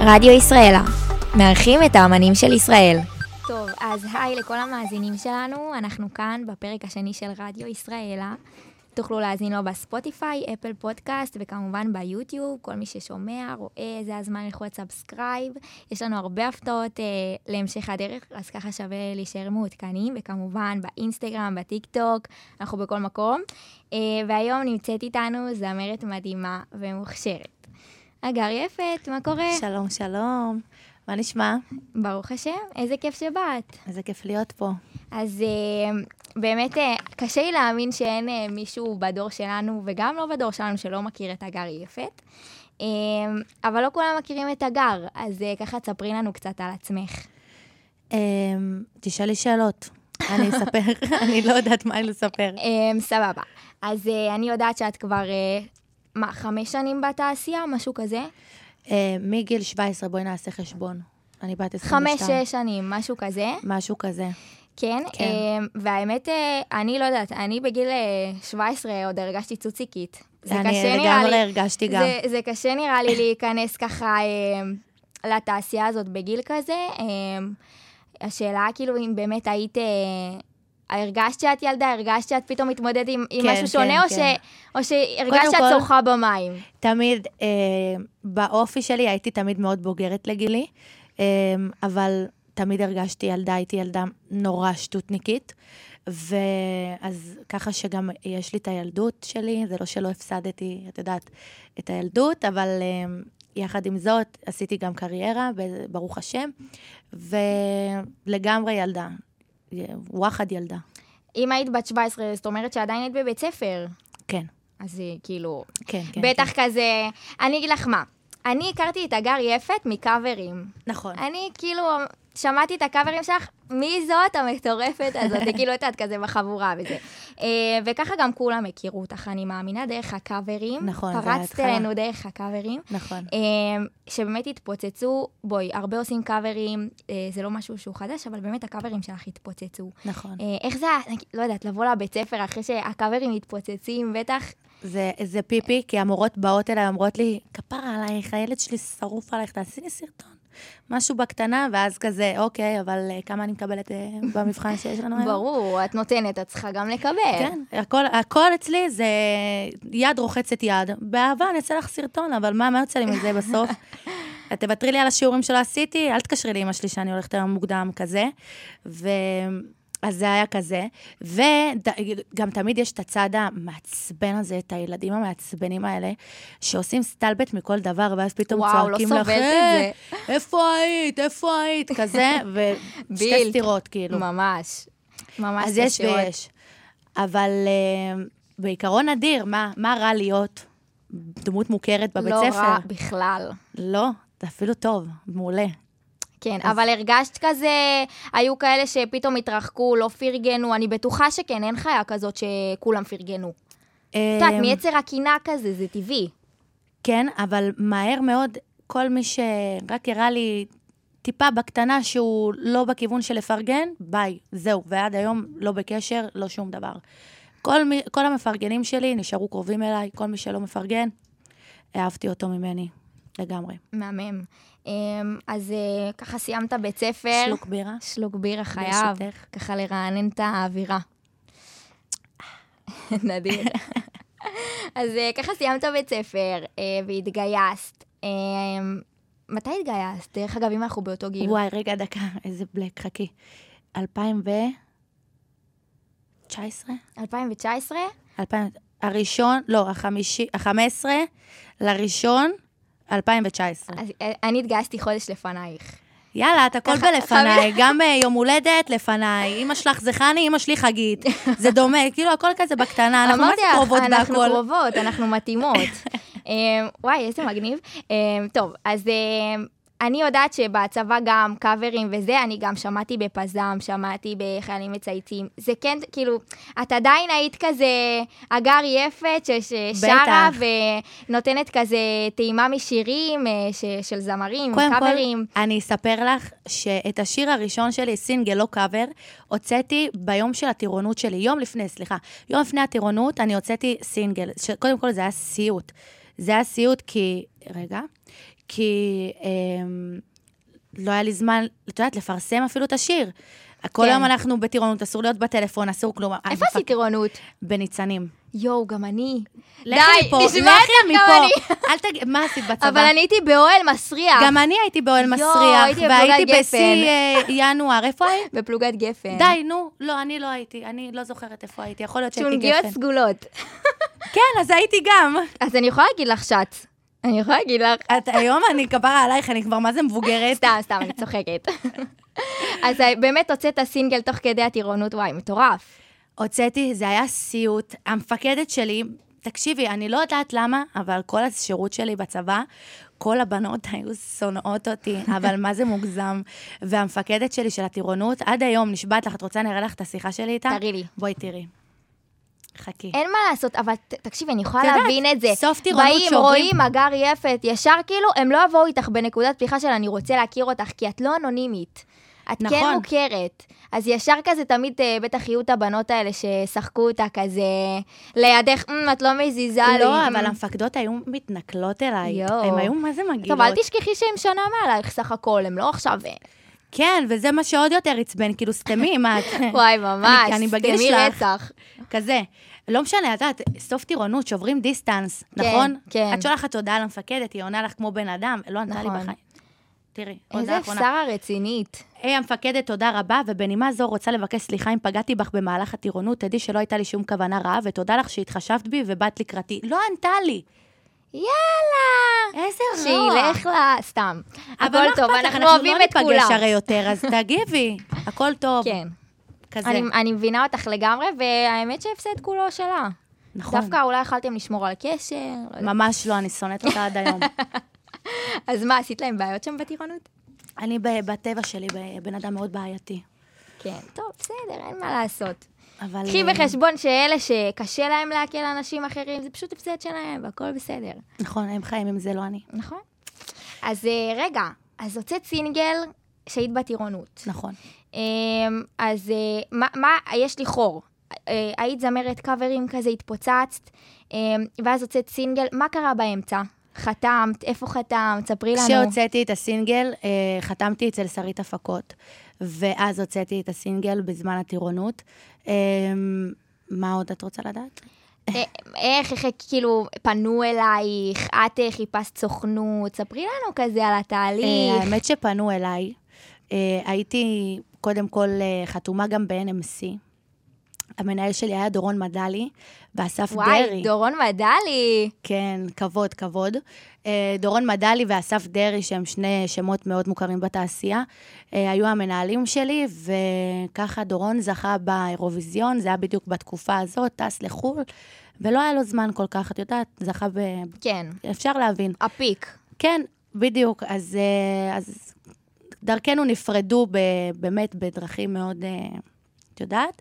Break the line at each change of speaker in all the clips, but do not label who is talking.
רדיו ישראלה, מארחים את האמנים של ישראל. טוב, אז היי לכל המאזינים שלנו, אנחנו כאן בפרק השני של רדיו ישראלה. תוכלו להאזין לו בספוטיפיי, אפל פודקאסט וכמובן ביוטיוב, כל מי ששומע, רואה, זה הזמן ללחוץ סאבסקרייב. יש לנו הרבה הפתעות להמשך הדרך, אז ככה שווה להישאר מעודכנים, וכמובן באינסטגרם, בטיק טוק, אנחנו בכל מקום. והיום נמצאת איתנו זמרת מדהימה ומוכשרת. אגר יפת, מה קורה?
שלום, שלום. מה נשמע?
ברוך השם, איזה כיף שבאת.
איזה כיף להיות פה.
אז באמת קשה לי להאמין שאין מישהו בדור שלנו, וגם לא בדור שלנו, שלא מכיר את אגר יפת. אבל לא כולם מכירים את אגר, אז ככה תספרי לנו קצת על עצמך.
תשאלי שאלות. אני אספר, אני לא יודעת מה לספר.
סבבה. אז אני יודעת שאת כבר 5 שנים בתעשייה, משהו כזה?
מגיל 17, בואי נעשה חשבון. אני בת 22.
5-6 שנים, משהו כזה?
משהו כזה.
כן, והאמת, אני לא יודעת, אני בגיל 17 עוד הרגשתי צוציקית.
אני לגמרי הרגשתי גם.
זה קשה נראה לי להיכנס ככה לתעשייה הזאת בגיל כזה. השאלה כאילו אם באמת היית... הרגשת שאת ילדה, הרגשת שאת פתאום מתמודדת עם משהו שונה, או שהרגשת שאת צורכה במים?
תמיד, באופי שלי הייתי תמיד מאוד בוגרת לגילי, אבל תמיד הרגשתי ילדה, הייתי ילדה נורא שטותניקית, ואז ככה שגם יש לי את הילדות שלי, זה לא שלא הפסדתי, את יודעת, את הילדות, אבל יחד עם זאת עשיתי גם קריירה, ברוך השם, ולגמרי ילדה. וואחד ילדה.
אם היית בת 17, זאת אומרת שעדיין היית בבית ספר.
כן.
אז כאילו...
כן, כן.
בטח כן. כזה... אני אגיד לך מה, אני הכרתי את אגר יפת מקאברים.
נכון.
אני כאילו שמעתי את הקאברים שלך, מי זאת המטורפת הזאת? כאילו את כזה בחבורה וזה. וככה גם כולם הכירו אותך, אני מאמינה, דרך הקאברים.
נכון, זה
פרצת לנו דרך הקאברים.
נכון.
שבאמת התפוצצו, בואי, הרבה עושים קאברים, זה לא משהו שהוא חדש, אבל באמת הקאברים שלך התפוצצו.
נכון.
איך זה, לא יודעת, לבוא לבית ספר אחרי שהקאברים מתפוצצים, בטח...
זה פיפי, כי המורות באות אליי, אומרות לי, כפרה עלייך, הילד שלי שרוף עלייך, תעשי לי סרטון. משהו בקטנה, ואז כזה, אוקיי, אבל כמה אני מקבלת במבחן שיש לנו היום?
ברור, את נותנת, את צריכה גם לקבל.
כן, הכל אצלי זה יד רוחצת יד. באהבה, אני אעשה לך סרטון, אבל מה יוצא לי מזה בסוף? תוותרי לי על השיעורים שלא עשיתי, אל תקשרי לי אמא שלי שאני הולכת היום מוקדם כזה, אז זה היה כזה, וגם תמיד יש את הצד המעצבן הזה, את הילדים המעצבנים האלה, שעושים סטלבט מכל דבר, ואז פתאום צועקים לך, איפה היית, כזה, ושתי סתירות, כאילו.
ממש.
אז יש ויש. אבל בעיקרון אדיר, מה רע להיות דמות מוכרת בבית ספר?
לא רע בכלל.
לא, זה אפילו טוב, מעולה.
כן, אבל הרגשת כזה, היו כאלה שפתאום התרחקו, לא פרגנו, אני בטוחה שכן, אין חיה כזאת שכולם פרגנו. את יודעת, מייצר הקינה כזה, זה טבעי.
כן, אבל מהר מאוד, כל מי שרק הראה לי טיפה בקטנה שהוא לא בכיוון של לפרגן, ביי, זהו, ועד היום לא בקשר, לא שום דבר. כל המפרגנים שלי נשארו קרובים אליי, כל מי שלא מפרגן, אהבתי אותו ממני, לגמרי.
מהמם. אז ככה סיימת בית ספר. שלוק בירה חייב. ככה לרענן את האווירה. נדיר. אז ככה סיימת בית ספר והתגייסת. מתי התגייסת? דרך אגב, אם אנחנו באותו גיל.
וואי, רגע, דקה, איזה בלק, חכי. 2019?
2019?
הראשון, לא, 15 לראשון, 2019.
אז אני התגייסתי חודש לפנייך.
יאללה, את הכל בלפניי, גם יום הולדת לפניי, אמא שלך זה חני, אמא שלי חגית. זה דומה, כאילו הכל כזה בקטנה, אנחנו מה זה קרובות בהכל.
אנחנו קרובות, אנחנו מתאימות. וואי, איזה מגניב. טוב, אז אני יודעת שבצבא גם קאברים וזה, אני גם שמעתי בפזם, שמעתי בחיילים מצייצים. זה כן, כאילו, את עדיין היית כזה אגר יפת ששרה ונותנת כזה טעימה משירים של זמרים, קאברים.
כל, אני אספר לך שאת השיר הראשון שלי, סינגל, לא קאבר, הוצאתי ביום של הטירונות שלי, יום לפני הטירונות, אני הוצאתי סינגל. קודם כל זה היה סיוט. זה היה סיוט כי לא היה לי זמן, את יודעת, לפרסם אפילו את השיר. כל יום אנחנו בטירונות, אסור להיות בטלפון, אסור כלום.
איפה עשית טירונות?
בניצנים.
יואו, גם אני.
די, נשמע מפה. אל תגיד, מה עשית בצבא?
אבל אני הייתי באוהל מסריח.
גם אני הייתי באוהל מסריח, והייתי בשיא ינואר. איפה היית?
בפלוגת גפן.
די, נו. לא, אני לא הייתי. אני לא זוכרת איפה הייתי. יכול להיות שהייתי גפן.
צ'ונגיות סגולות.
כן, אז הייתי גם.
אז אני יכולה להגיד לך שץ. אני יכולה להגיד לך.
היום אני כפרה עלייך, אני כבר מה זה מבוגרת.
סתם, אני צוחקת. אז באמת הוצאת הסינגל תוך כדי הטירונות, וואי, מטורף.
הוצאתי, זה היה סיוט. המפקדת שלי, תקשיבי, אני לא יודעת למה, אבל כל השירות שלי בצבא, כל הבנות היו שונאות אותי, אבל מה זה מוגזם. והמפקדת שלי של הטירונות, עד היום נשבעת לך, את רוצה נראה לך את השיחה שלי איתה?
תראי לי.
בואי תראי. חכי.
אין מה לעשות, אבל תקשיבי, אני יכולה להבין את זה.
סוף טירונות
באים, רואים, מגר יפת, ישר כאילו, הם לא יבואו איתך בנקודת פתיחה של אני רוצה להכיר אותך, כי את לא אנונימית. את נכון. כן מוכרת. אז ישר כזה תמיד בטח יהיו את הבנות האלה ששחקו אותה כזה לידך, את לא מזיזה לי.
לא, אבל המפקדות היו מתנכלות אליי. הם היו מה זה מגעילות.
טוב, אל תשכחי שהם שנה מעלייך סך הכל, הם לא עכשיו...
כן, וזה מה שעוד יותר עצבן, כאילו סתמי, מה את...
וואי, ממש,
סתמי רצח. כזה. לא משנה, את יודעת, סוף טירונות, שוברים דיסטנס, נכון?
כן.
את שולחת הודעה למפקדת, היא עונה לך כמו בן אדם, לא ענתה לי בחיים. תראי,
איזה פסרה רצינית.
היי, המפקדת, תודה רבה, ובנימה זו רוצה לבקש סליחה אם פגעתי בך במהלך הטירונות, תדעי שלא הייתה לי שום כוונה רעה, ותודה לך שהתחשבת בי ובאת לקראתי. לא ענתה לי.
יאללה.
איזה רוע.
שילך לה, סתם. הכל טוב, אנחנו אוהבים את כולם.
אנחנו לא ניפגש הרי יותר, אז תגיבי, הכל טוב.
כן. כזה. אני מבינה אותך לגמרי, והאמת שהפסד כולו שלה.
נכון.
דווקא אולי יכלתם לשמור על קשר.
ממש לא, אני שונאת אותה עד היום.
אז מה, עשית להם בעיות שם בטירונות?
אני בטבע שלי, בן אדם מאוד בעייתי.
כן, טוב, בסדר, אין מה לעשות.
אבל...
קחי בחשבון שאלה שקשה להם להקל לאנשים אחרים, זה פשוט הפסד שלהם, והכל בסדר.
נכון, הם חיים עם זה, לא אני.
נכון. אז רגע, אז הוצאת סינגל שהיית בטירונות.
נכון.
אז מה, יש לי חור. היית זמרת קאברים כזה, התפוצצת, ואז הוצאת סינגל, מה קרה באמצע? חתמת, איפה חתמת? ספרי לנו.
כשהוצאתי את הסינגל, חתמתי אצל שרית הפקות, ואז הוצאתי את הסינגל בזמן הטירונות. מה עוד את רוצה לדעת?
איך, כאילו, פנו אלייך, את חיפשת סוכנות, ספרי לנו כזה על התהליך.
האמת שפנו אליי, הייתי קודם כל חתומה גם ב-NMC, המנהל שלי היה דורון מדלי, ואסף דרי.
וואי, דורון מדלי.
כן, כבוד, כבוד. דורון מדלי ואסף דרי, שהם שני שמות מאוד מוכרים בתעשייה, היו המנהלים שלי, וככה דורון זכה באירוויזיון, זה היה בדיוק בתקופה הזאת, טס לחול, ולא היה לו זמן כל כך, את יודעת, זכה
כן.
אפשר להבין.
הפיק.
כן, בדיוק. אז דרכנו נפרדו באמת בדרכים מאוד... את יודעת?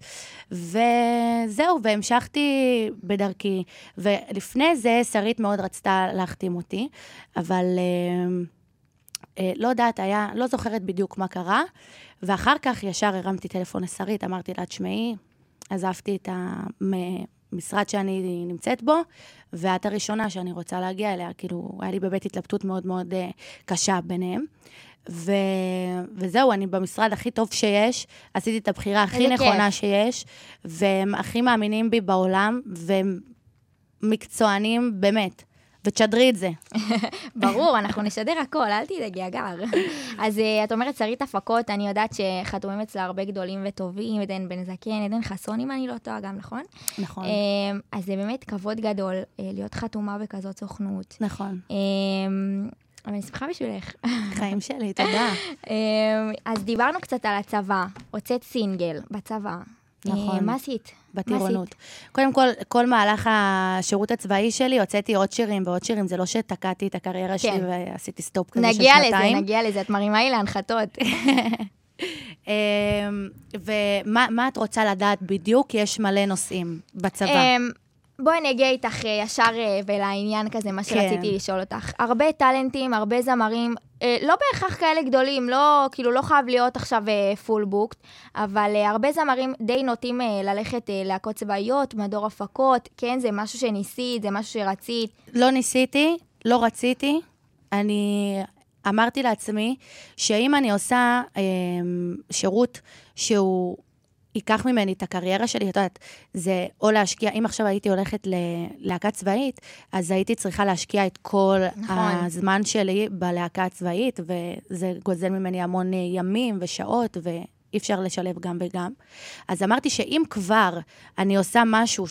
וזהו, והמשכתי בדרכי. ולפני זה, שרית מאוד רצתה להחתים אותי, אבל לא יודעת, לא זוכרת בדיוק מה קרה, ואחר כך ישר הרמתי טלפון לשרית, אמרתי לה, תשמעי, עזבתי את המשרד שאני נמצאת בו, ואת הראשונה שאני רוצה להגיע אליה, כאילו, היה לי בבית התלבטות מאוד מאוד קשה ביניהם. וזהו, אני במשרד הכי טוב שיש, עשיתי את הבחירה הכי נכונה שיש, והם הכי מאמינים בי בעולם, והם מקצוענים באמת, ותשדרי את זה.
ברור, אנחנו נשדר הכל, אל תדאגי, אגר. אז את אומרת, שרית הפקות, אני יודעת שחתומים אצלה הרבה גדולים וטובים, עדן בן זקן, עדן חסון, אם אני לא טועה גם, נכון?
נכון.
אז זה באמת כבוד גדול להיות חתומה בכזאת סוכנות.
נכון.
אבל אני שמחה בשבילך.
חיים שלי, תודה.
אז דיברנו קצת על הצבא, הוצאת סינגל בצבא.
נכון.
מה עשית?
בטירונות. קודם כל, כל מהלך השירות הצבאי שלי, הוצאתי עוד שירים ועוד שירים, זה לא שתקעתי את הקריירה שלי ועשיתי סטופ כזה של שנתיים.
נגיע לזה, את מרימה לי להנחתות.
ומה את רוצה לדעת בדיוק? יש מלא נושאים בצבא.
בואי נגיע איתך ישר ולעניין כזה, מה שרציתי לשאול אותך. הרבה טלנטים, הרבה זמרים, לא בהכרח כאלה גדולים, לא, כאילו לא חייב להיות עכשיו פול בוקט, אבל הרבה זמרים די נוטים ללכת להקות צבאיות, מדור הפקות, כן, זה משהו שניסית, זה משהו שרצית.
לא ניסיתי, לא רציתי, אני אמרתי לעצמי, שאם אני עושה שירות שהוא ייקח ממני את הקריירה שלי, את יודעת, זה או להשקיע, אם עכשיו הייתי הולכת ללהקה צבאית, אז הייתי צריכה להשקיע את כל הזמן שלי בלהקה הצבאית, וזה גוזל ממני המון ימים ושעות, ואי אפשר לשלב גם וגם. אז אמרתי שאם כבר אני עושה משהו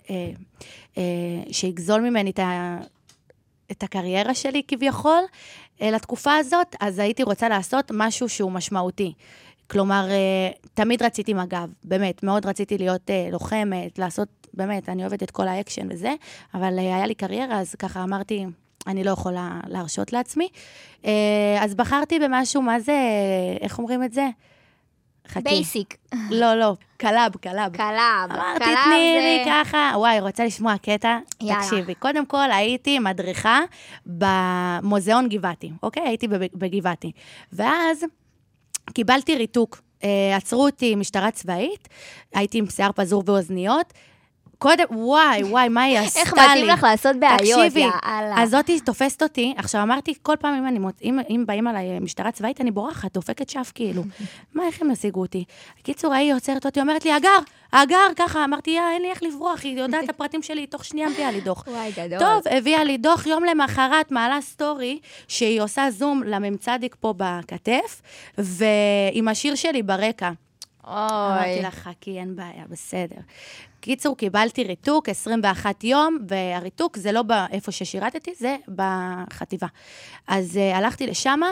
שיגזול ממני את הקריירה שלי כביכול, לתקופה הזאת, אז הייתי רוצה לעשות משהו שהוא משמעותי. כלומר, תמיד רציתי מג"ב, באמת, מאוד רציתי להיות לוחמת, לעשות, באמת, אני אוהבת את כל האקשן וזה, אבל היה לי קריירה, אז ככה אמרתי, אני לא יכולה להרשות לעצמי. אז בחרתי במשהו, מה זה, איך אומרים את זה?
בייסיק.
לא, קלאב. אמרתי, תני לי ככה, וואי, רוצה לשמוע קטע? תקשיבי, קודם כל הייתי מדריכה במוזיאון גבעתי, אוקיי? הייתי בגבעתי. ואז קיבלתי ריתוק, עצרו אותי משטרה צבאית, הייתי עם שיער פזור ואוזניות, קודם, וואי, מה היא עשתה לי?
איך מתאים לך לעשות בעיות,
תקשיבי, אז זאתי תופסת אותי, עכשיו אמרתי, כל פעם אם באים עליי משטרה צבאית, אני בורחת, דופקת שף כאילו. מה, איך הם ישיגו אותי? קיצור, היא עוצרת אותי, אומרת לי, אגר, ככה, אמרתי, אין לי איך לברוח, היא יודעת את הפרטים שלי, תוך שנייה הביאה לי דוח.
וואי, גדול.
טוב, הביאה לי דוח, יום למחרת, מעלה סטורי, שהיא עושה זום לממצדיק פה בכתף, ועם השיר שלי ברקע. אמרתי לך, חכי, אין בעיה, בסדר. קיצור, קיבלתי ריתוק, 21 יום, והריתוק זה לא איפה ששירתתי, זה בחטיבה. אז הלכתי לשם,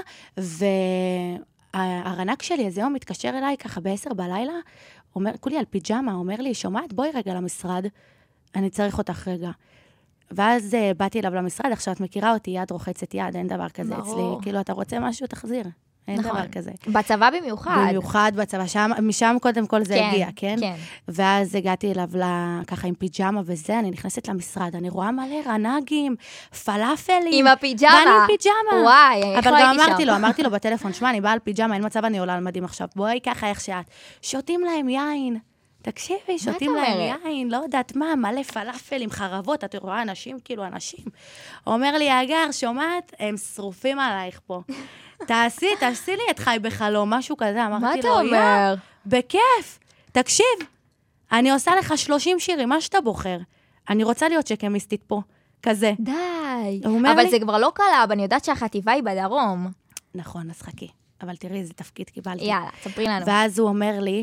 והרנק שלי איזה יום מתקשר אליי ככה ב10 בלילה, כולי על פיג'מה, אומר לי, שומעת, בואי רגע למשרד, אני צריך אותך רגע. ואז באתי אליו למשרד, עכשיו את מכירה אותי, יד רוחצת יד, אין דבר כזה אצלי, כאילו אתה רוצה משהו, תחזיר. אין דבר כזה.
בצבא במיוחד.
במיוחד בצבא, משם קודם כל זה הגיע, כן? כן. ואז הגעתי אליו ככה עם פיג'מה וזה, אני נכנסת למשרד, אני רואה מלא רנגים, פלאפלים.
עם הפיג'מה.
ואני עם פיג'מה.
וואי, איך לא הייתי שם.
אבל אמרתי לו בטלפון, שמע, אני באה על פיג'מה, אין מצב, אני עולה על מדים עכשיו, בואי ככה איך שאת. שותים להם יין. תקשיבי, שותים להם יין, לא יודעת מה, מלא פלאפל עם חרבות, את רואה אנשים, כאילו אנשים. אומר לי, אגר, שומעת, הם שרופים עלייך פה. תעשי לי את חי בחלום, משהו כזה.
מה אתה אומר?
בכיף. תקשיב, אני עושה לך 30 שירים, מה שאתה בוחר. אני רוצה להיות שקמיסטית פה, כזה.
די. אבל זה כבר לא קלאב, אני יודעת שהחטיבה היא בדרום.
נכון, אז חכי. אבל תראי, איזה תפקיד קיבלתי.
יאללה, ספרי לנו.
ואז הוא אומר לי,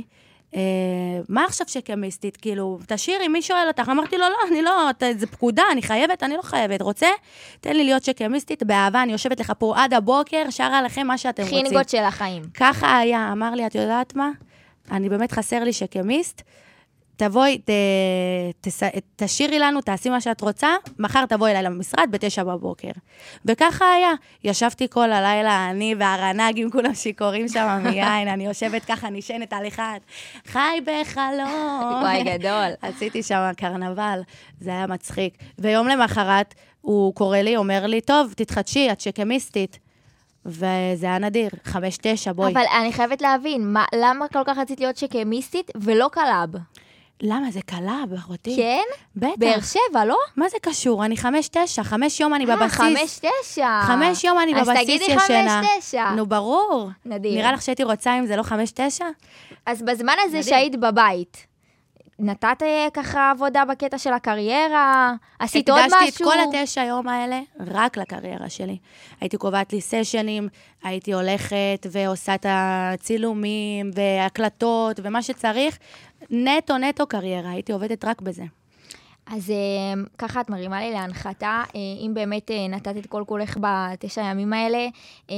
מה עכשיו שקמיסטית? כאילו, תשאירי, מי שואל אותך? אמרתי לו, לא, אני לא, זה פקודה, אני חייבת, אני לא חייבת. רוצה? תן לי להיות שקמיסטית, באהבה, אני יושבת לך פה עד הבוקר, שרה לכם מה שאתם רוצים.
חינגות של החיים.
ככה היה, אמר לי, את יודעת מה? אני באמת חסר לי שקמיסט, תבואי, תשאירי לנו, תעשי מה שאת רוצה, מחר תבואי אליי למשרד ב9 בבוקר. וככה היה, ישבתי כל הלילה, אני והרנגים, כולם שיכורים שם מיין, אני יושבת ככה, נשענת על אחד, חי בחלום.
וואי, גדול.
עשיתי שם קרנבל, זה היה מצחיק. ויום למחרת, הוא קורא לי, אומר לי, טוב, תתחדשי, את שקמיסטית. וזה היה נדיר, 5-9, בואי.
אבל אני חייבת להבין, למה כל כך רצית להיות שקמיסטית ולא קלאב?
למה? זה קלאב, אחותי.
כן?
בטח.
באר שבע, לא?
מה זה קשור? אני 5-9, 5 יום אני בבסיס.
5-9.
5 יום אני בבסיס ישנה.
אז תגידי 5-9.
נו, ברור.
נדיר.
נראה לך שהייתי רוצה אם זה לא 5-9?
אז בזמן הזה שהיית בבית, נתת ככה עבודה בקטע של הקריירה? עשית עוד משהו?
הקדשתי את כל 9 יום האלה רק לקריירה שלי. הייתי קובעת לי סשנים, הייתי הולכת ועושה את הצילומים והקלטות ומה שצריך. נטו קריירה, הייתי עובדת רק בזה.
אז ככה את מרימה לי להנחתה, אם באמת נתת את כל כולך ב9 ימים האלה,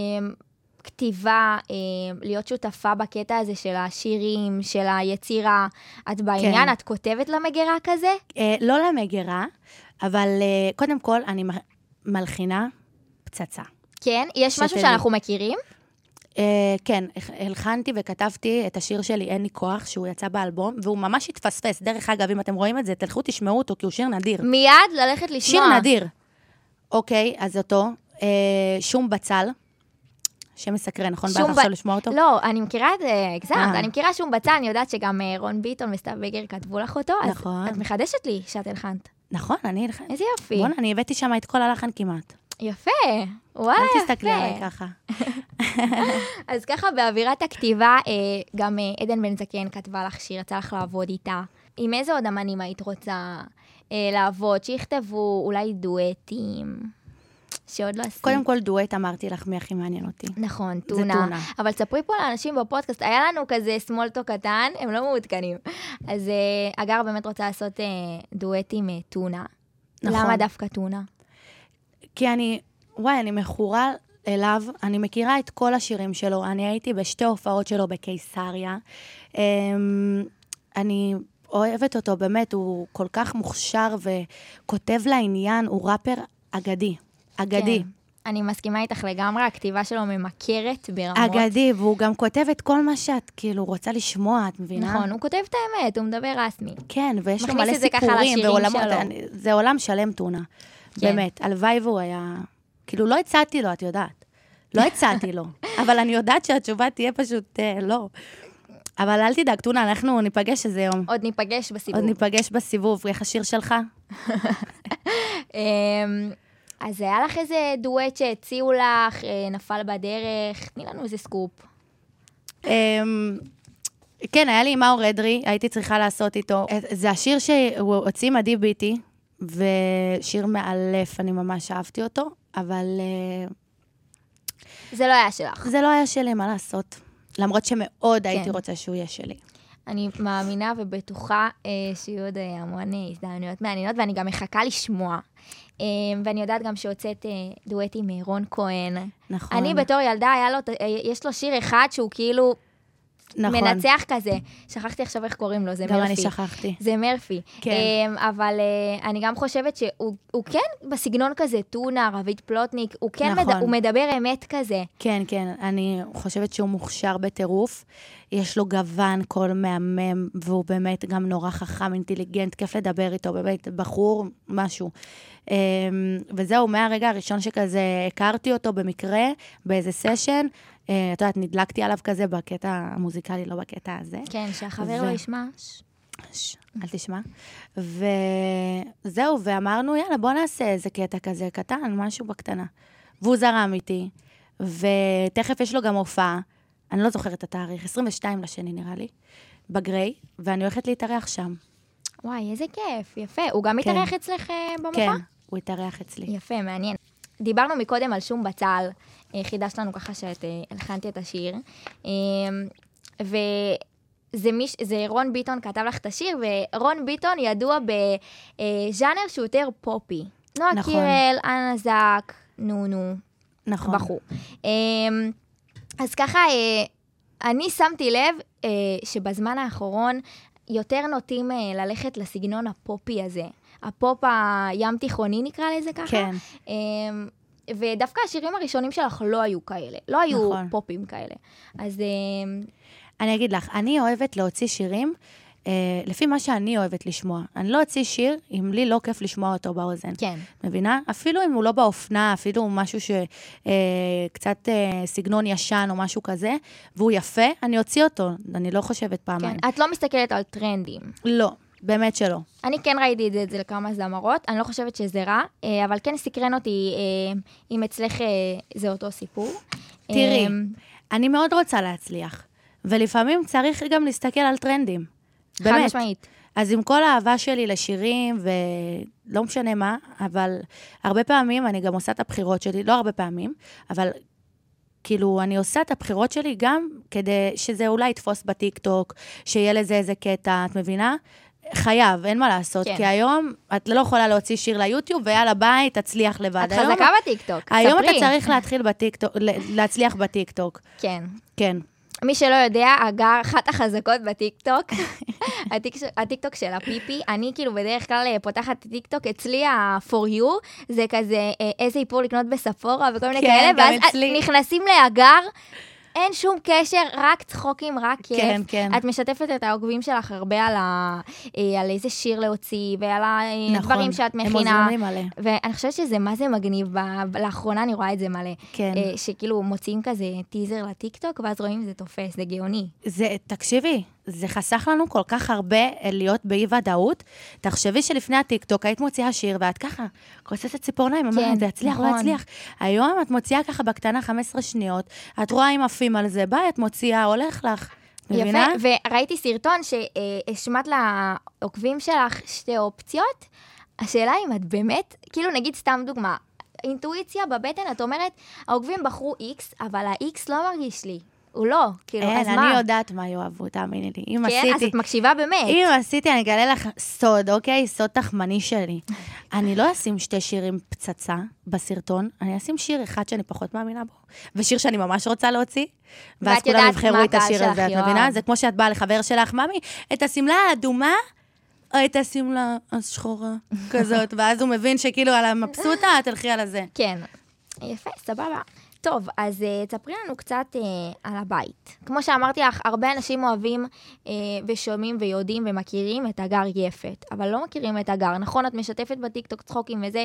כתיבה, להיות שותפה בקטע הזה של השירים, של היצירה, את בעניין, כן. את כותבת למגירה כזה?
לא למגירה, אבל קודם כל אני מלחינה פצצה.
כן? יש משהו שאנחנו מכירים?
כן, הלחנתי וכתבתי את השיר שלי, אין לי כוח, שהוא יצא באלבום, והוא ממש התפספס. דרך אגב, אם אתם רואים את זה, תלכו תשמעו אותו, כי הוא שיר נדיר.
מיד ללכת לשמוע.
שיר נדיר. אוקיי, אז אותו, שום בצל, שמסקרן, נכון? בא עכשיו לשמוע אותו?
לא, אני מכירה את זה, הגזמת, אני מכירה שום בצל, אני יודעת שגם רון ביטון וסתיו בגר כתבו לך אותו, אז את מחדשת לי שאת הלחנת.
נכון, אני הלחנת.
איזה יופי.
בוא'נה, אני הבאתי שם את כל הלחן כמעט.
יפה, וואלה,
אל תסתכלי עליי ככה.
אז ככה, באווירת הכתיבה, גם עדן בן זקן כתבה לך שיר, יצא לך לעבוד איתה. עם איזה עוד אמנים היית רוצה לעבוד? שיכתבו אולי דואטים, שעוד לא עשית.
קודם כל דואט, אמרתי לך מי הכי מעניין אותי.
נכון,
זה
טונה.
טונה.
אבל תספרי פה לאנשים בפודקאסט, היה לנו כזה סמולטוק קטן, הם לא מעודכנים. אז אגר באמת רוצה לעשות דואט עם טונה.
נכון.
למה דווקא טונה?
כי אני מכורה אליו, אני מכירה את כל השירים שלו, אני הייתי בשתי הופעות שלו בקיסריה, אני אוהבת אותו, באמת, הוא כל כך מוכשר וכותב לעניין, הוא ראפר אגדי, אגדי.
כן. אני מסכימה איתך לגמרי, הכתיבה שלו ממכרת ברמות.
אגדי, והוא גם כותב את כל מה שאת כאילו רוצה לשמוע, את מבינה?
נכון, הוא כותב את האמת, הוא מדבר רסמי.
כן, ויש לו
מכניס
מלא
את זה ככה
סיפורים
לשירים
ועולמות,
שלו.
זה עולם שלם טונה, באמת, הלוואי והוא היה, כאילו לא הצעתי לו, את יודעת, לא הצעתי לו, אבל אני יודעת שהתשובה תהיה פשוט לא. אבל אל תדאג, טונה, אנחנו ניפגש איזה יום.
עוד ניפגש בסיבוב.
עוד ניפגש בסיבוב, איך השיר שלך?
אז היה לך איזה דואט שהציעו לך, נפל בדרך, תני לנו איזה סקופ.
כן, היה לי עם מאור אדרי, הייתי צריכה לעשות איתו. זה השיר שהוא הוציא עם עדי ביטי, ושיר מאלף, אני ממש אהבתי אותו, אבל
זה לא היה שלך.
זה לא היה שלי, מה לעשות. למרות שמאוד הייתי רוצה שהוא יהיה שלי.
אני מאמינה ובטוחה שיהיו עוד המון הזדמנויות מעניינות, ואני גם מחכה לשמוע. ואני יודעת גם שהוצאת דואט עם רון כהן.
נכון.
אני בתור ילדה, יש לו שיר אחד שהוא כאילו
נכון.
מנצח כזה. שכחתי עכשיו איך קוראים לו, זה מרפי.
גם אני שכחתי.
זה מרפי.
כן.
אבל אני גם חושבת שהוא כן בסגנון כזה, טונה, רבית פלוטניק, הוא כן
נכון.
הוא מדבר אמת כזה.
כן, כן, אני חושבת שהוא מוכשר בטירוף, יש לו גוון, קול מהמם, והוא באמת גם נורא חכם, אינטליגנט, כיף לדבר איתו, באמת בחור, משהו. וזהו, מהרגע הראשון שכזה הכרתי אותו במקרה, באיזה סשן, את יודעת, נדלקתי עליו כזה בקטע המוזיקלי, לא בקטע הזה.
כן, שהחבר לא ישמע.
אל תשמע. וזהו, ואמרנו, יאללה, בוא נעשה איזה קטע כזה קטן, משהו בקטנה. והוא זרם איתי, ותכף יש לו גם הופעה, אני לא זוכרת את התאריך, 22 לשני נראה לי, בגריי, ואני הולכת להתארח שם.
וואי, איזה כיף, יפה. הוא גם מתארח אצלך במופע?
כן, הוא התארח אצלי.
יפה, מעניין. דיברנו מקודם על שום בצל, חידשת לנו ככה שאת הלחנתי את השיר, זה רון ביטון כתב לך את השיר, ורון ביטון ידוע בז'אנר שהוא יותר פופי. נועה
נכון.
קירל, אנה זק, נו,
נכון.
בחור. אז ככה, אני שמתי לב שבזמן האחרון יותר נוטים ללכת לסגנון הפופי הזה. הפופ הים תיכוני נקרא לזה ככה.
כן.
ודווקא השירים הראשונים שלך לא היו כאלה. לא היו
נכון.
פופים כאלה. אז
אני אגיד לך, אני אוהבת להוציא שירים, לפי מה שאני אוהבת לשמוע. אני לא אוציא שיר, אם לי לא כיף לשמוע אותו באוזן.
כן.
מבינה? אפילו אם הוא לא באופנה, אפילו משהו שקצת סגנון ישן או משהו כזה, והוא יפה, אני אוציא אותו. אני לא חושבת פעמיים.
כן. את לא מסתכלת על טרנדים.
לא, באמת שלא.
אני כן ראיתי את זה לכמה זמרות, אני לא חושבת שזה רע, אבל כן סקרן אותי אם אצלך זה אותו סיפור.
תראי, אני מאוד רוצה להצליח, ולפעמים צריך גם להסתכל על טרנדים.
חד
באמת.
משמעית.
אז עם כל האהבה שלי לשירים, ולא משנה מה, אבל הרבה פעמים אני גם עושה את הבחירות שלי, לא הרבה פעמים, אבל כאילו אני עושה את הבחירות שלי גם כדי שזה אולי יתפוס בטיק-טוק, שיהיה לזה איזה קטע, את מבינה? חייב, אין מה לעשות,
כן.
כי היום את לא יכולה להוציא שיר ליוטיוב, ויאללה ביי, תצליח לבד.
את חזקה בטיק-טוק,
היום
ספרי.
אתה צריך להתחיל בטיק-טוק, להצליח בטיק-טוק.
כן.
כן.
מי שלא יודע, אגר, אחת החזקות בטיק-טוק, הטיק-טוק של הפיפי, אני כאילו בדרך כלל פותחת טיק-טוק, אצלי ה-for you, זה כזה איזה איפור לקנות בספורה וכל מיני
כן,
כאלה,
גם
ואז
אצלי.
נכנסים לאגר, אין שום קשר, רק צחוקים, רק כיף.
כן, כן.
את משתפת את העוקבים שלך הרבה על איזה שיר להוציא, ועל הדברים שאת מכינה.
הם עוזרים מלא.
ואני חושבת שזה מה זה מגניב, לאחרונה אני רואה את זה מלא.
כן.
שכאילו מוצאים כזה טיזר לטיקטוק, ואז רואים זה תופס, זה גאוני.
תקשיבי, זה חסך לנו כל כך הרבה להיות באי-ודאות. תחשבי שלפני הטיקטוק היית מוציאה שיר, ואת ככה, כוססת ציפורניים, אמרת, זה יצליח, לא יצליח. היום את מוציאה ככה בקטנה 15 שניות, את רואה אם עפים על זה, ביי, את מוציאה, הולך לך. מבינה?
יפה, וראיתי סרטון שהשמעת לעוקבים שלך שתי אופציות. השאלה אם את באמת, כאילו נגיד סתם דוגמה, אינטואיציה בבטן, את אומרת, העוקבים בחרו X, אבל ה-X לא מרגיש לי. הוא לא, כאילו, אז מה?
אני יודעת מה יאהבו, תאמיני לי.
כן, אז את מקשיבה באמת.
אם עשיתי, אני אגלה לך סוד, אוקיי? סוד תחמני שלי. אני לא אשים 2 שירים פצצה בסרטון, אני אשים שיר אחד שאני פחות מאמינה בו, ושיר שאני ממש רוצה להוציא, ואז כולם יבחרו את השיר הזה, את מבינה? זה כמו שאת באה לחבר שלך, ממי, את השמלה האדומה, או את השמלה השחורה כזאת, ואז הוא מבין שכאילו על המבסוטה, תלכי על הזה.
כן, יפה, סבבה. טוב, אז תספרי לנו קצת על הבית. כמו שאמרתי לך, הרבה אנשים אוהבים ושומעים ויודעים ומכירים את הגר יפת, אבל לא מכירים את הגר. נכון, את משתפת בטיקטוק צחוקים וזה,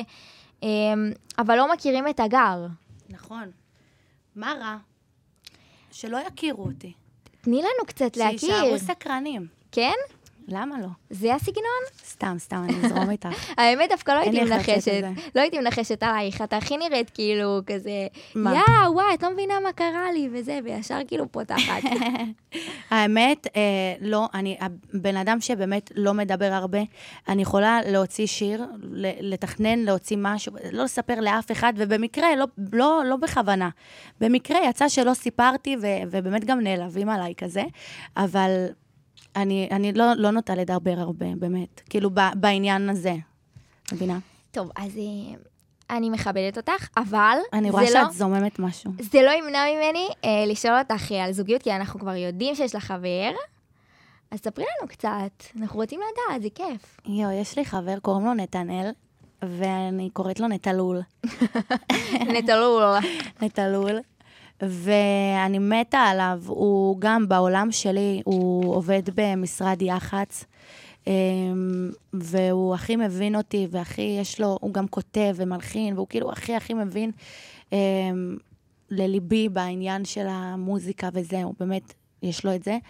אבל לא מכירים את הגר.
נכון. מה רע? שלא יכירו אותי.
תני לנו קצת להכיר.
שישארו סקרנים.
כן?
למה לא?
זה הסגנון?
סתם, אני אזרום איתך.
האמת, דווקא לא הייתי מנחשת. לא הייתי מנחשת עלייך, אתה הכי נראית כאילו כזה, וואי, את לא מבינה מה קרה לי, וזה, וישר כאילו פותחת.
האמת, לא, אני בן אדם שבאמת לא מדבר הרבה, אני יכולה להוציא שיר, לתכנן, להוציא משהו, לא לספר לאף אחד, ובמקרה, לא בכוונה. במקרה יצא שלא סיפרתי, ובאמת גם נעלבים עליי כזה, אבל אני לא נוטה לדבר הרבה, באמת. כאילו, בעניין הזה. מבינה?
טוב, אז אני מכבדת אותך, אבל
אני רואה שאת זוממת משהו.
זה לא ימנע ממני לשאול אותך על זוגיות, כי אנחנו כבר יודעים שיש לך חבר, אז ספרי לנו קצת. אנחנו רוצים לדעת, זה כיף.
יש לי חבר, קוראים לו נתנאל, ואני קוראת לו נטלול. נטלול. ואני מתה עליו, הוא גם בעולם שלי, הוא עובד במשרד יח"צ, והוא הכי מבין אותי, והכי יש לו, הוא גם כותב ומלחין, והוא כאילו הכי מבין לליבי בעניין של המוזיקה וזהו, באמת יש לו את זה.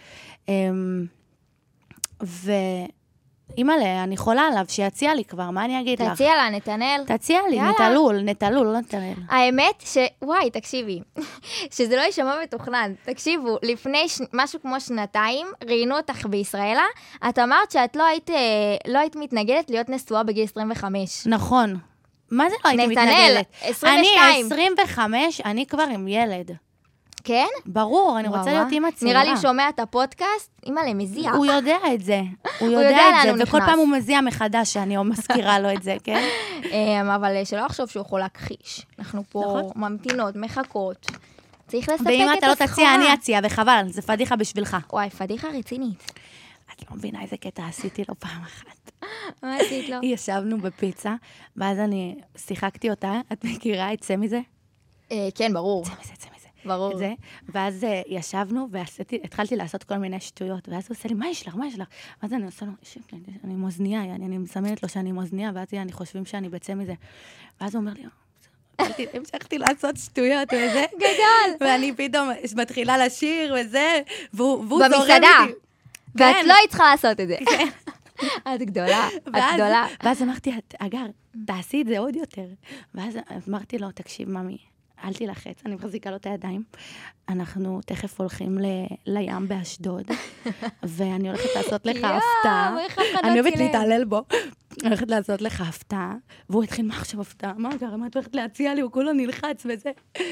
אימא'לה, אני חולה עליו, שיציע לי כבר, מה אני אגיד לך?
תציע לה, נתנאל.
תציע לי, נטלול, לא נתנאל.
האמת וואי, תקשיבי, שזה לא יישמע מתוכנן. תקשיבו, לפני משהו כמו 2 ראיינו אותך בישראלה, את אמרת שאת לא היית מתנגדת להיות נשואה בגיל 25.
נכון. מה זה לא הייתי מתנגדת?
נתנאל, 22.
אני 25, אני כבר עם ילד.
כן?
ברור, אני רוצה להיות אימא צעירה.
נראה לי שומע את הפודקאסט, אימא למזיע.
הוא יודע את זה. הוא יודע את זה, וכל פעם הוא מזיע מחדש, שאני מזכירה לו את זה, כן?
אבל שלא לחשוב שהוא יכול להכחיש. אנחנו פה ממתינות, מחכות. צריך לספק את הסחורה.
ואם אתה לא תציע, אני אציע, וחבל, זה פדיחה בשבילך.
וואי, פדיחה רצינית.
את לא מבינה איזה קטע עשיתי לו פעם אחת.
מה עשית לו?
ישבנו בפיצה, ואז אני שיחקתי אותה, את מכירה, יצא מזה?
כן, ברור.
יצא מזה.
ברור.
זה, ואז ישבנו, והתחלתי לעשות כל מיני שטויות, ואז הוא עושה לי, מה יש לך? ואז אני עושה לו, אני מוזניה, אני מסמנת לו שאני מוזניה, ואז אני חושבים שאני בצא מזה. ואז הוא אומר לי, המשכתי לעשות שטויות וזה.
גדול.
ואני פתאום מתחילה לשיר וזה, והוא זורם איתי.
במסעדה. ואת לא היית צריכה לעשות את זה. את גדולה, את גדולה.
ואז אמרתי, אגר, תעשי את זה עוד יותר. ואז אמרתי לו, תקשיב, ממי, אל תלחץ, אני מחזיקה לו את הידיים. אנחנו תכף הולכים לים באשדוד, ואני הולכת לעשות לך הפתעה. אני אוהבת להתעלל בו. אני הולכת לעשות לך הפתעה, והוא התחיל, מה עכשיו הפתעה? מה אגר, מה את הולכת להציע לי? הוא כולו נלחץ וזה.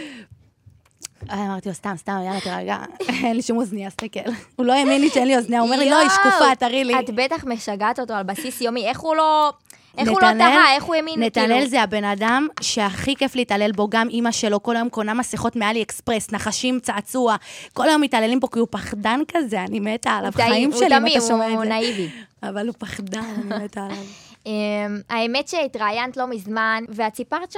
אמרתי לו, סתם, יאללה, תרגע, אין לי שום אוזניה, סתכל. הוא לא האמין לי שאין לי אוזניה, הוא אומר לי, לא, היא שקופה, תראי לי.
את בטח משגעת אותו על בסיס יומי, איך הוא לא תהה, איך הוא האמין?
נתנאל זה הבן אדם שהכי כיף להתעלל בו, גם אמא שלו, כל היום קונה מסכות מאלי אקספרס, נחשים, צעצוע, כל היום מתעללים פה, כי הוא פחדן כזה, אני מתה עליו, חיים שלי, אם אתה שומע את זה.
הוא נאיבי.
אבל הוא פחדן, אני מתה עליו.
האמת שהתראיינת לא מזמן, ואת סיפרת שם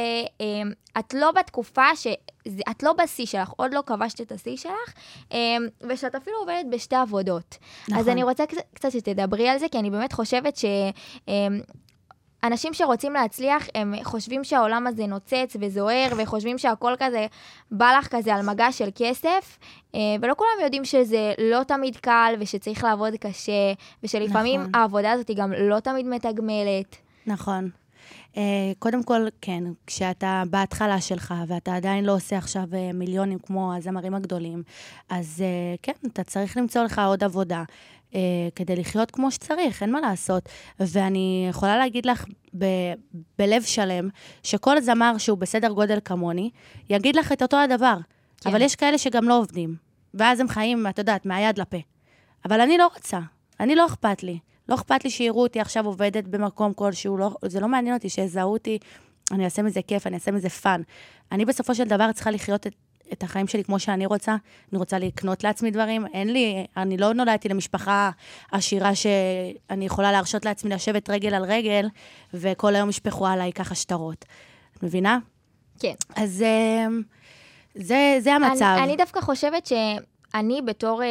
שאת לא בתקופה, את לא בשיא שלך, עוד לא כבשת את השיא שלך, ושאת אפילו עובדת בשתי עבודות. נכון. אז אני רוצה קצת שתדברי על זה, כי אני באמת חושבת אנשים שרוצים להצליח, הם חושבים שהעולם הזה נוצץ וזוהר, וחושבים שהכל כזה בא לך כזה על מגע של כסף, ולא כולם יודעים שזה לא תמיד קל, ושצריך לעבוד קשה, ושלפעמים
נכון.
העבודה הזאת היא גם לא תמיד מתגמלת.
נכון. קודם כל, כן, כשאתה בהתחלה שלך, ואתה עדיין לא עושה עכשיו מיליונים כמו הזמרים הגדולים, אז כן, אתה צריך למצוא לך עוד עבודה, כדי לחיות כמו שצריך, אין מה לעשות. ואני יכולה להגיד לך בלב שלם, שכל זמר שהוא בסדר גודל כמוני, יגיד לך את אותו הדבר.
כן.
אבל יש כאלה שגם לא עובדים, ואז הם חיים, את יודעת, מהיד לפה. אבל אני לא רוצה, אני לא אכפת לי. לא אכפת לי שיראו אותי עכשיו עובדת במקום כלשהו, זה לא מעניין אותי שיזהו אותי, אני אעשה מזה כיף, אני אעשה מזה פן. אני בסופו של דבר צריכה לחיות את החיים שלי כמו שאני רוצה, אני רוצה לקנות לעצמי דברים, אני לא נולדתי למשפחה עשירה שאני יכולה להרשות לעצמי לשבת רגל על רגל, וכל היום ישפחו עליי ככה שטרות. את מבינה?
כן.
אז זה המצב.
אני דווקא חושבת שאני בתור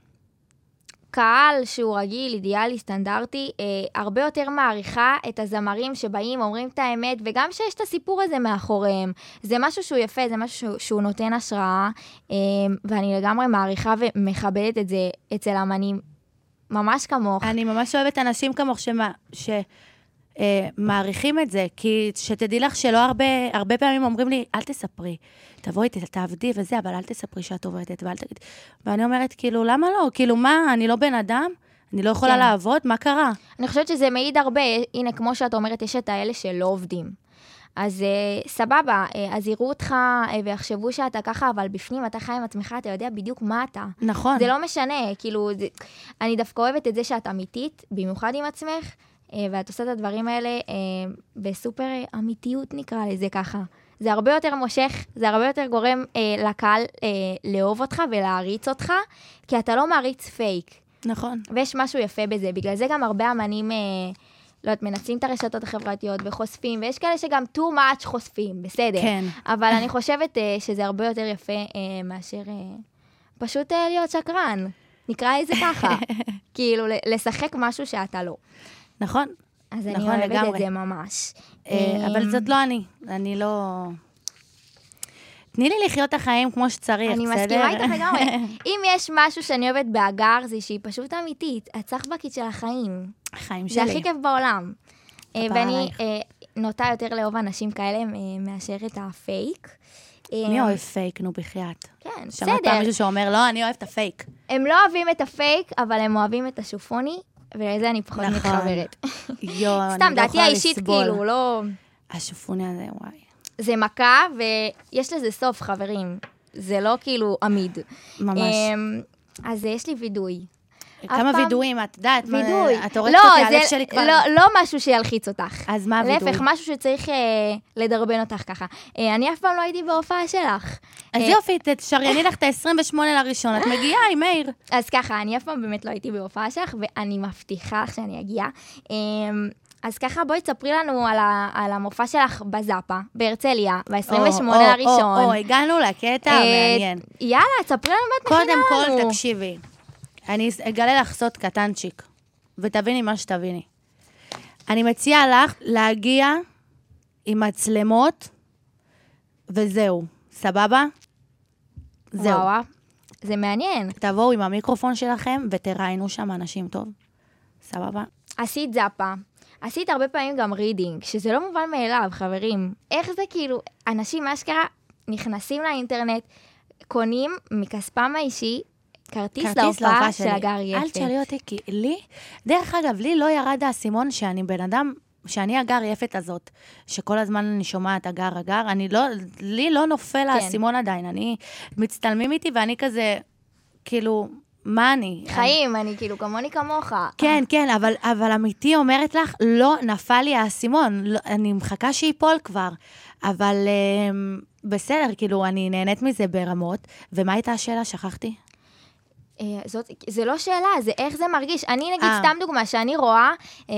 קהל שהוא רגיל, אידיאלי, סטנדרטי, הרבה יותר מעריכה את הזמרים שבאים, אומרים את האמת, וגם שיש את הסיפור הזה מאחוריהם. זה משהו שהוא יפה, זה משהו שהוא נותן השראה, ואני לגמרי מעריכה ומכבדת את זה אצל אמנים, ממש כמוך.
אני ממש אוהבת אנשים כמוך מעריכים את זה, כי שתדעי לך שלא הרבה פעמים אומרים לי, אל תספרי, תבואי, תעבדי וזה, אבל אל תספרי שאת עובדת, ואל תגיד. ואני אומרת, כאילו, למה לא? כאילו, מה, אני לא בן אדם? אני לא יכולה לעבוד? מה קרה?
אני חושבת שזה מעיד הרבה, הנה, כמו שאת אומרת, יש את האלה שלא עובדים. אז סבבה, אז יראו אותך ויחשבו שאתה ככה, אבל בפנים אתה חי עם עצמך, אתה יודע בדיוק מה אתה.
נכון.
זה לא משנה, כאילו, אני דווקא אוהבת את זה שאת אמיתית, במיוחד עם עצמך, ואת עושה את הדברים האלה בסופר אמיתיות, נקרא לזה ככה. זה הרבה יותר מושך, זה הרבה יותר גורם לקהל לאהוב אותך ולהריץ אותך, כי אתה לא מעריץ פייק.
נכון.
ויש משהו יפה בזה, בגלל זה גם הרבה אמנים, לא יודעת, מנצלים את הרשתות החברתיות וחושפים, ויש כאלה שגם too much חושפים, בסדר.
כן.
אבל אני חושבת שזה הרבה יותר יפה מאשר פשוט להיות שקרן. נקרא לזה ככה. כאילו, לשחק משהו שאתה לא.
נכון.
אז אני אוהבת את זה ממש.
אבל זאת לא אני לא... תני לי לחיות את החיים כמו שצריך, בסדר?
אני מסכימה איתך לגמרי. אם יש משהו שאני אוהבת באגר, זה שהיא פשוט אמיתית. הצחבקית של החיים.
החיים שלי.
זה הכי כיף בעולם. ואני נוטה יותר לאהוב אנשים כאלה מאשר את הפייק.
מי אוהב פייק, נו בחייאת?
כן, בסדר.
שמעת פעם מישהו שאומר, לא, אני אוהב את הפייק.
הם לא אוהבים את הפייק, אבל הם אוהבים את השופוני, ולזה אני פחות מתחברת. סתם, דעתי האישית כאילו, לא...
השופוני הזה, וואי.
זה מכה, ויש לזה סוף, חברים. זה לא כאילו עמיד.
ממש.
אז יש לי וידוי.
כמה וידויים, את יודעת?
וידוי.
את הורקת אותי, הלב שלי כבר...
לא משהו שילחיץ אותך.
אז מה הוידוי?
להפך, משהו שצריך לדרבן אותך ככה. אני אף פעם לא הייתי בהופעה שלך.
אז יופי, תשרייני לך את ה-28 לראשון, את מגיעה עם מאיר.
אז ככה, אני אף פעם באמת לא הייתי בהופעה שלך, ואני מבטיחה לך שאני אגיע. אז ככה, בואי תספרי לנו על המופע שלך בזאפה, בהרצליה, ב-28 לראשון.
הגענו לקטע מעניין.
יאללה, תספרי לנו מה את מכינה לנו.
קודם כל, תקשיבי. אני אגלה לך סוד קטנצ'יק, ותביני מה שתביני. אני מציעה לך להגיע עם מצלמות, וזהו. סבבה? זהו.
וואו, זה מעניין.
תבואו עם המיקרופון שלכם, ותראיינו שם אנשים טוב. סבבה?
עשית זאפה. עשית הרבה פעמים גם רידינג, שזה לא מובן מאליו, חברים. איך זה כאילו, אנשים אשכרה נכנסים לאינטרנט, קונים מכספם האישי, כרטיס להופעה של הגר יפת.
אל תשאלי אותי, כי לי, דרך אגב, לי לא ירד האסימון שאני בן אדם, שאני הגר יפת הזאת, שכל הזמן אני שומעת הגר, לי לא נופל האסימון עדיין, אני מצטלמים איתי ואני כזה, כאילו, מה אני?
חיים, אני כאילו כמוני כמוך.
כן, כן, אבל אמיתי אומרת לך, לא נפל לי האסימון, אני מחכה שיפול כבר, אבל בסדר, כאילו, אני נהנית מזה ברמות, ומה הייתה השאלה? שכחתי?
זה לא שאלה, זה איך זה מרגיש. אני נגיד סתם דוגמה, שאני רואה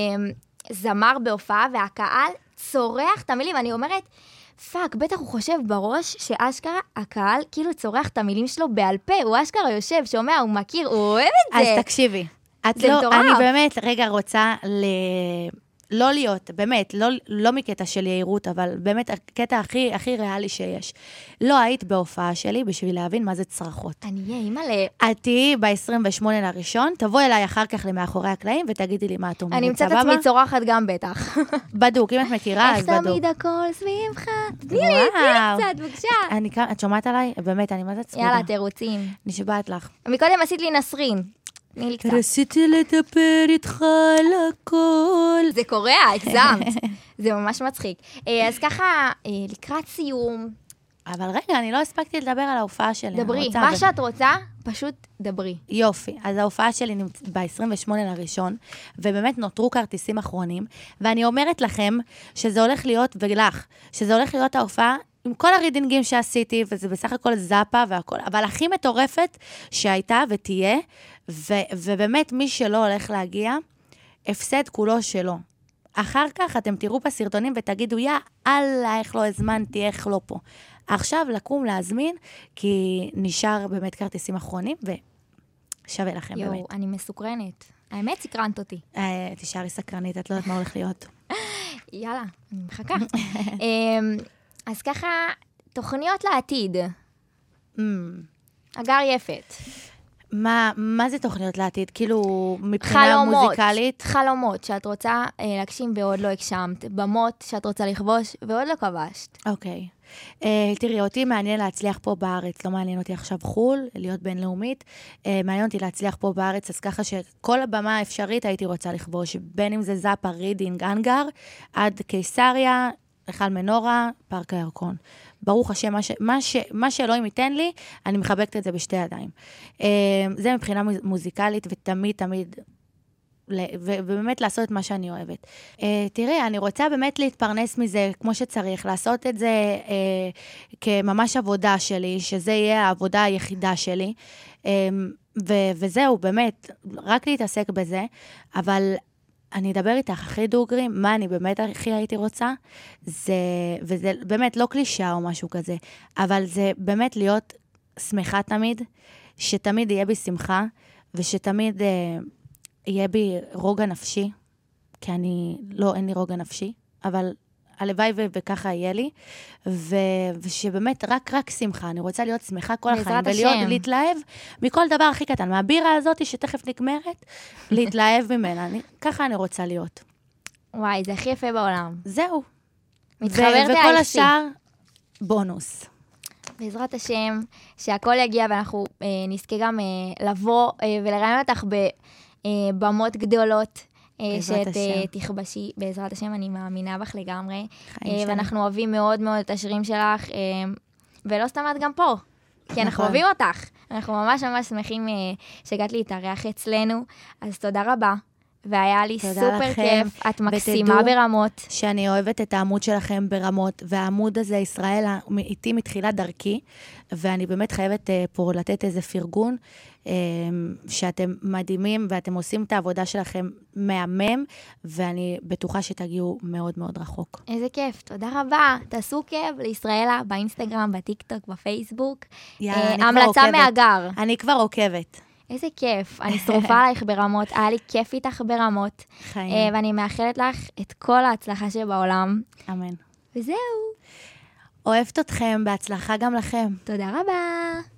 זמר בהופעה, והקהל צורח את המילים, אני אומרת, פאק, בטח הוא חושב בראש שאשכרה הקהל כאילו צורח את המילים שלו בעל פה, הוא אשכרה יושב, שומע, הוא מכיר, הוא אוהב את זה.
אז תקשיבי.
זה מטורף.
אני באמת רגע רוצה לא להיות, באמת, לא מקטע של יעירות, אבל באמת הקטע הכי ריאלי שיש. לא היית בהופעה שלי בשביל להבין מה זה צרחות.
אני אהיה אימא'לה.
את תהיי ב-28 לראשון, תבואי אליי אחר כך למאחורי הקלעים, ותגידי לי מה את אומרת.
אני אמצאת עצמי צורחת גם בטח.
בדוק, אם את מכירה, אז בדוק.
איך תמיד הכל סביבך? תני לי קצת, בבקשה.
את שומעת עליי? באמת, אני מה זה צמודה.
יאללה, תירוצים.
נשבעת לך.
מקודם עשית לי נסרין. תני לי קצת.
רציתי לדבר איתך על הכל.
זה קורע, הגזמת. זה ממש מצחיק. אז ככה, לקראת סיום.
אבל רגע, אני לא הספקתי לדבר על ההופעה שלי.
דברי, מה שאת רוצה, פשוט דברי.
יופי, אז ההופעה שלי ב-28 לראשון, ובאמת נותרו כרטיסים אחרונים, ואני אומרת לכם שזה הולך להיות, ולך, שזה הולך להיות ההופעה עם כל הרידינגים שעשיתי, וזה בסך הכל זאפה והכל, אבל הכי מטורפת שהייתה ותהיה, ובאמת מי שלא הולך להגיע, הפסד כולו שלו. אחר כך אתם תראו בסרטונים ותגידו, אללה, איך לא הזמנתי, איך לא פה. עכשיו לקום להזמין, כי נשאר באמת כרטיסים אחרונים, ושווה לכם באמת.
יואו, אני מסוקרנת. האמת, סקרנת אותי.
תשארי סקרנית, את לא יודעת מה הולך להיות.
יאללה, אני מחכה. אז ככה, תוכניות לעתיד. אגר יפת.
מה זה תוכניות לעתיד? כאילו, מבחינה מוזיקלית?
חלומות שאת רוצה להגשים ועוד לא הגשמת. במות שאת רוצה לכבוש ועוד לא כבשת.
אוקיי. תראי, אותי מעניין להצליח פה בארץ, לא מעניין אותי עכשיו חול, להיות בינלאומית. מעניין אותי להצליח פה בארץ, אז ככה שכל הבמה האפשרית הייתי רוצה לכבוש, בין אם זה זאפה, רידינג, אנגר, עד קיסריה, היכל מנורה, פארק הירקון. ברוך השם, מה שאלוהים ייתן לי, אני מחבקת את זה בשתי ידיים. זה מבחינה מוזיקלית, ותמיד, ובאמת לעשות את מה שאני אוהבת. תראי, אני רוצה באמת להתפרנס מזה כמו שצריך, לעשות את זה כממש עבודה שלי, שזה יהיה העבודה היחידה שלי, וזהו, באמת, רק להתעסק בזה, אבל אני אדבר איתך הכי דוגרי, מה אני באמת הכי הייתי רוצה, וזה באמת לא קלישה או משהו כזה, אבל זה באמת להיות שמחה תמיד, שתמיד יהיה בי שמחה, ושתמיד יהיה בי רוגע נפשי, כי אין לי רוגע נפשי, אבל הלוואי וככה יהיה לי, ושבאמת רק שמחה, אני רוצה להיות שמחה כל החיים, ולהתלהב מכל דבר הכי קטן, מהבירה הזאת שתכף נגמרת, להתלהב ממנה, ככה אני רוצה להיות.
וואי, זה הכי יפה בעולם.
זהו.
וכל
השאר, בונוס.
בעזרת השם, שהכל יגיע, ואנחנו נזכה גם לבוא ולראיין אותך בבמות גדולות, שאת תכבשי, בעזרת השם, אני מאמינה בך לגמרי. ואנחנו אוהבים מאוד מאוד את השירים שלך, ולא סתם את גם פה, כי אנחנו אוהבים אותך. אנחנו ממש ממש שמחים שהגעת להתארח אצלנו, אז תודה רבה. והיה לי סופר כיף, את מקסימה ברמות.
שאני אוהבת את העמוד שלכם ברמות, והעמוד הזה, ישראל, איתי מתחילת דרכי, ואני באמת חייבת פה לתת איזה פרגון, שאתם מדהימים, ואתם עושים את העבודה שלכם מהמם, ואני בטוחה שתגיעו מאוד מאוד רחוק.
איזה כיף, תודה רבה. תעשו כיף לישראלה, באינסטגרם, בטיקטוק, בפייסבוק. המלצה מהגר.
אני כבר עוקבת.
איזה כיף, אני שרופה עלייך ברמות, היה לי כיף איתך ברמות, ואני מאחלת לך את כל ההצלחה שבעולם.
אמן.
וזהו.
אוהבת אתכם, בהצלחה גם לכם.
תודה רבה.